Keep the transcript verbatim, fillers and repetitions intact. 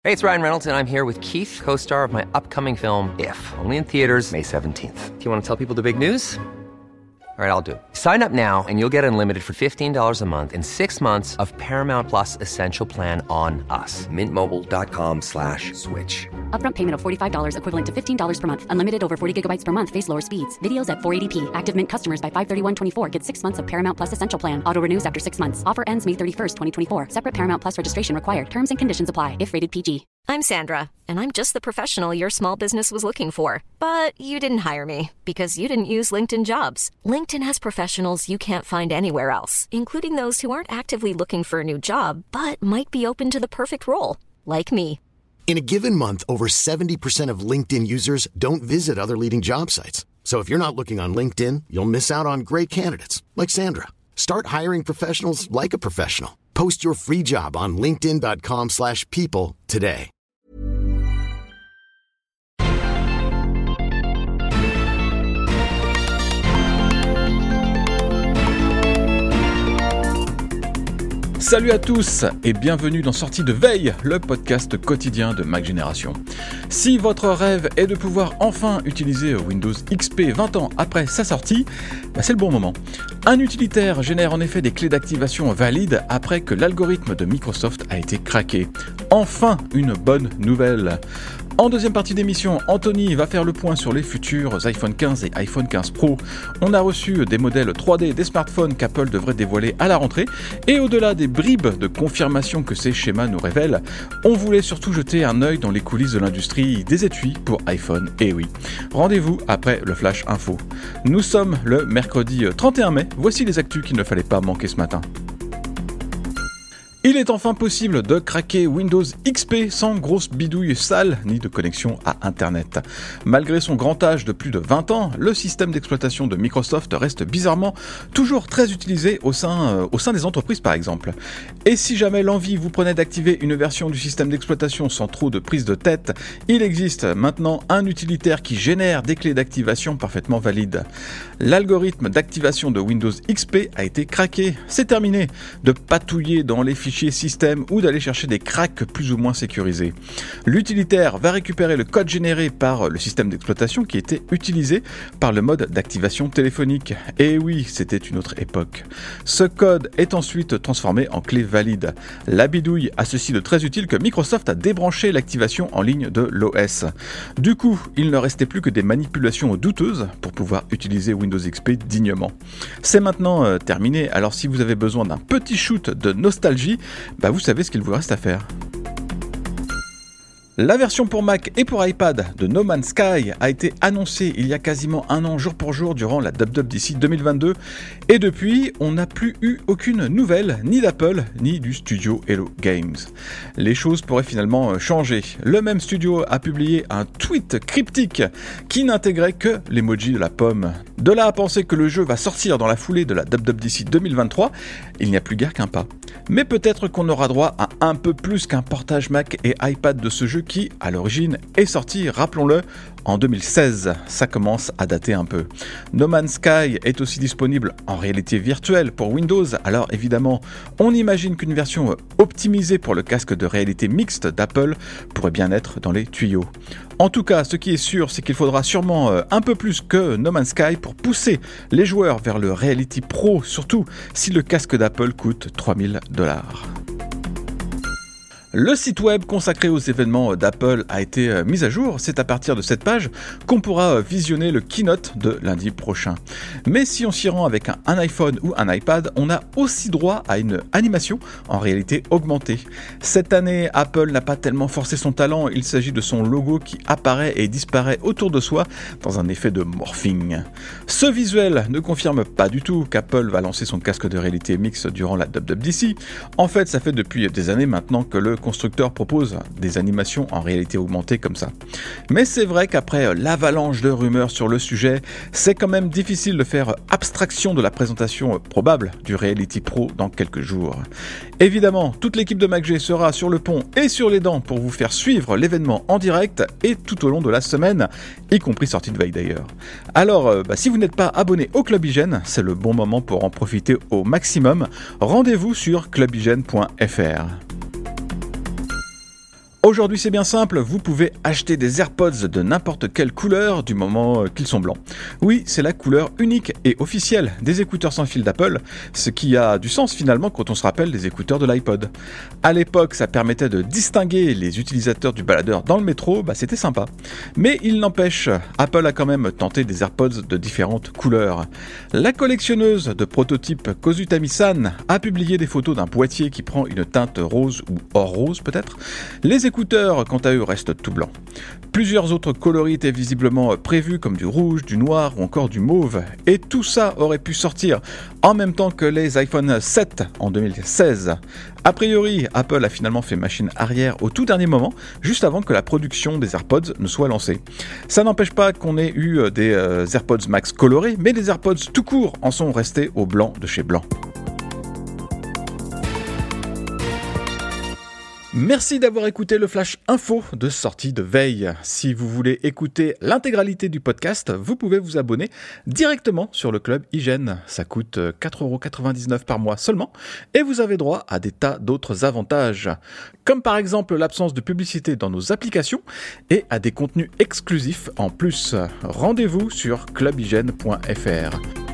Hey, it's Ryan Reynolds, and I'm here with Keith, co-star of my upcoming film, If, only in theaters May seventeenth. Do you want to tell people the big news? All right, I'll do it. Sign up now and you'll get unlimited for fifteen dollars a month and six months of Paramount Plus Essential Plan on us. Mint Mobile dot com slash switch. Upfront payment of forty-five dollars equivalent to fifteen dollars per month. Unlimited over forty gigabytes per month. Face lower speeds. Videos at four eighty p. Active Mint customers by five thirty-one twenty-four get six months of Paramount Plus Essential Plan. Auto renews after six months. Offer ends May thirty-first, twenty twenty-four. Separate Paramount Plus registration required. Terms and conditions apply if rated P G. I'm Sandra, and I'm just the professional your small business was looking for. But you didn't hire me because you didn't use LinkedIn Jobs. LinkedIn has professionals you can't find anywhere else, including those who aren't actively looking for a new job, but might be open to the perfect role, like me. In a given month, over seventy percent of LinkedIn users don't visit other leading job sites. So if you're not looking on LinkedIn, you'll miss out on great candidates like Sandra. Start hiring professionals like a professional. Post your free job on linkedin dot com slash people today. Salut à tous et bienvenue dans Sortie de Veille, le podcast quotidien de Mac Génération. Si votre rêve est de pouvoir enfin utiliser Windows X P vingt ans après sa sortie, bah c'est le bon moment. Un utilitaire génère en effet des clés d'activation valides après que l'algorithme de Microsoft a été craqué. Enfin une bonne nouvelle. En deuxième partie d'émission, Anthony va faire le point sur les futurs iPhone quinze et iPhone quinze Pro. On a reçu des modèles trois D des smartphones qu'Apple devrait dévoiler à la rentrée, et au-delà des bribes de confirmation que ces schémas nous révèlent, on voulait surtout jeter un œil dans les coulisses de l'industrie des étuis pour iPhone, et oui. Rendez-vous après le Flash Info. Nous sommes le mercredi trente et un mai, voici les actus qu'il ne fallait pas manquer ce matin. Il est enfin possible de craquer Windows X P sans grosse bidouille sale ni de connexion à Internet. Malgré son grand âge de plus de vingt ans, le système d'exploitation de Microsoft reste bizarrement toujours très utilisé au sein, euh, au sein des entreprises par exemple. Et si jamais l'envie vous prenait d'activer une version du système d'exploitation sans trop de prise de tête, il existe maintenant un utilitaire qui génère des clés d'activation parfaitement valides. L'algorithme d'activation de Windows X P a été craqué. C'est terminé de patouiller dans les fichiers système ou d'aller chercher des cracks plus ou moins sécurisés. L'utilitaire va récupérer le code généré par le système d'exploitation qui était utilisé par le mode d'activation téléphonique. Et oui, c'était une autre époque. Ce code est ensuite transformé en clé valide. La bidouille a ceci de très utile que Microsoft a débranché l'activation en ligne de l'O S. Du coup, il ne restait plus que des manipulations douteuses pour pouvoir utiliser Windows X P dignement. C'est maintenant euh, terminé, alors si vous avez besoin d'un petit shoot de nostalgie, bah vous savez ce qu'il vous reste à faire. La version pour Mac et pour iPad de No Man's Sky a été annoncée il y a quasiment un an jour pour jour durant la W W D C deux mille vingt-deux et depuis on n'a plus eu aucune nouvelle ni d'Apple ni du studio Hello Games. Les choses pourraient finalement changer. Le même studio a publié un tweet cryptique qui n'intégrait que l'emoji de la pomme. De là à penser que le jeu va sortir dans la foulée de la W W D C deux mille vingt-trois, il n'y a plus guère qu'un pas. Mais peut-être qu'on aura droit à un peu plus qu'un portage Mac et iPad de ce jeu qui, à l'origine, est sorti, rappelons-le, en deux mille seize. Ça commence à dater un peu. No Man's Sky est aussi disponible en réalité virtuelle pour Windows, alors évidemment, on imagine qu'une version optimisée pour le casque de réalité mixte d'Apple pourrait bien être dans les tuyaux. En tout cas, ce qui est sûr, c'est qu'il faudra sûrement un peu plus que No Man's Sky pour pousser les joueurs vers le Reality Pro, surtout si le casque d'Apple coûte trois mille dollars. Le site web consacré aux événements d'Apple a été mis à jour. C'est à partir de cette page qu'on pourra visionner le keynote de lundi prochain. Mais si on s'y rend avec un, un iPhone ou un iPad, on a aussi droit à une animation en réalité augmentée. Cette année, Apple n'a pas tellement forcé son talent. Il s'agit de son logo qui apparaît et disparaît autour de soi dans un effet de morphing. Ce visuel ne confirme pas du tout qu'Apple va lancer son casque de réalité mixte durant la W W D C. En fait, ça fait depuis des années maintenant que le constructeur propose des animations en réalité augmentée comme ça. Mais c'est vrai qu'après l'avalanche de rumeurs sur le sujet, c'est quand même difficile de faire abstraction de la présentation probable du Reality Pro dans quelques jours. Évidemment, toute l'équipe de MacG sera sur le pont et sur les dents pour vous faire suivre l'événement en direct et tout au long de la semaine, y compris sortie de veille d'ailleurs. Alors, bah, si vous n'êtes pas abonné au Club Hygiène, c'est le bon moment pour en profiter au maximum. Rendez-vous sur club hygiène point f r. Aujourd'hui c'est bien simple, vous pouvez acheter des AirPods de n'importe quelle couleur du moment qu'ils sont blancs. Oui, c'est la couleur unique et officielle des écouteurs sans fil d'Apple, ce qui a du sens finalement quand on se rappelle des écouteurs de l'iPod. À l'époque, ça permettait de distinguer les utilisateurs du baladeur dans le métro, bah c'était sympa. Mais il n'empêche, Apple a quand même tenté des AirPods de différentes couleurs. La collectionneuse de prototypes Kozutami-san a publié des photos d'un boîtier qui prend une teinte rose ou or rose peut-être. Les écouteurs, quant à eux, restent tout blancs. Plusieurs autres coloris étaient visiblement prévus, comme du rouge, du noir ou encore du mauve, et tout ça aurait pu sortir en même temps que les iPhone sept en deux mille seize. A priori, Apple a finalement fait machine arrière au tout dernier moment, juste avant que la production des AirPods ne soit lancée. Ça n'empêche pas qu'on ait eu des euh, AirPods Max colorés, mais les AirPods tout court en sont restés au blanc de chez Blanc. Merci d'avoir écouté le Flash Info de sortie de veille. Si vous voulez écouter l'intégralité du podcast, vous pouvez vous abonner directement sur le Club Hygiène. Ça coûte quatre euros quatre-vingt-dix-neuf par mois seulement et vous avez droit à des tas d'autres avantages, comme par exemple l'absence de publicité dans nos applications et à des contenus exclusifs en plus. Rendez-vous sur club hygiène point f r.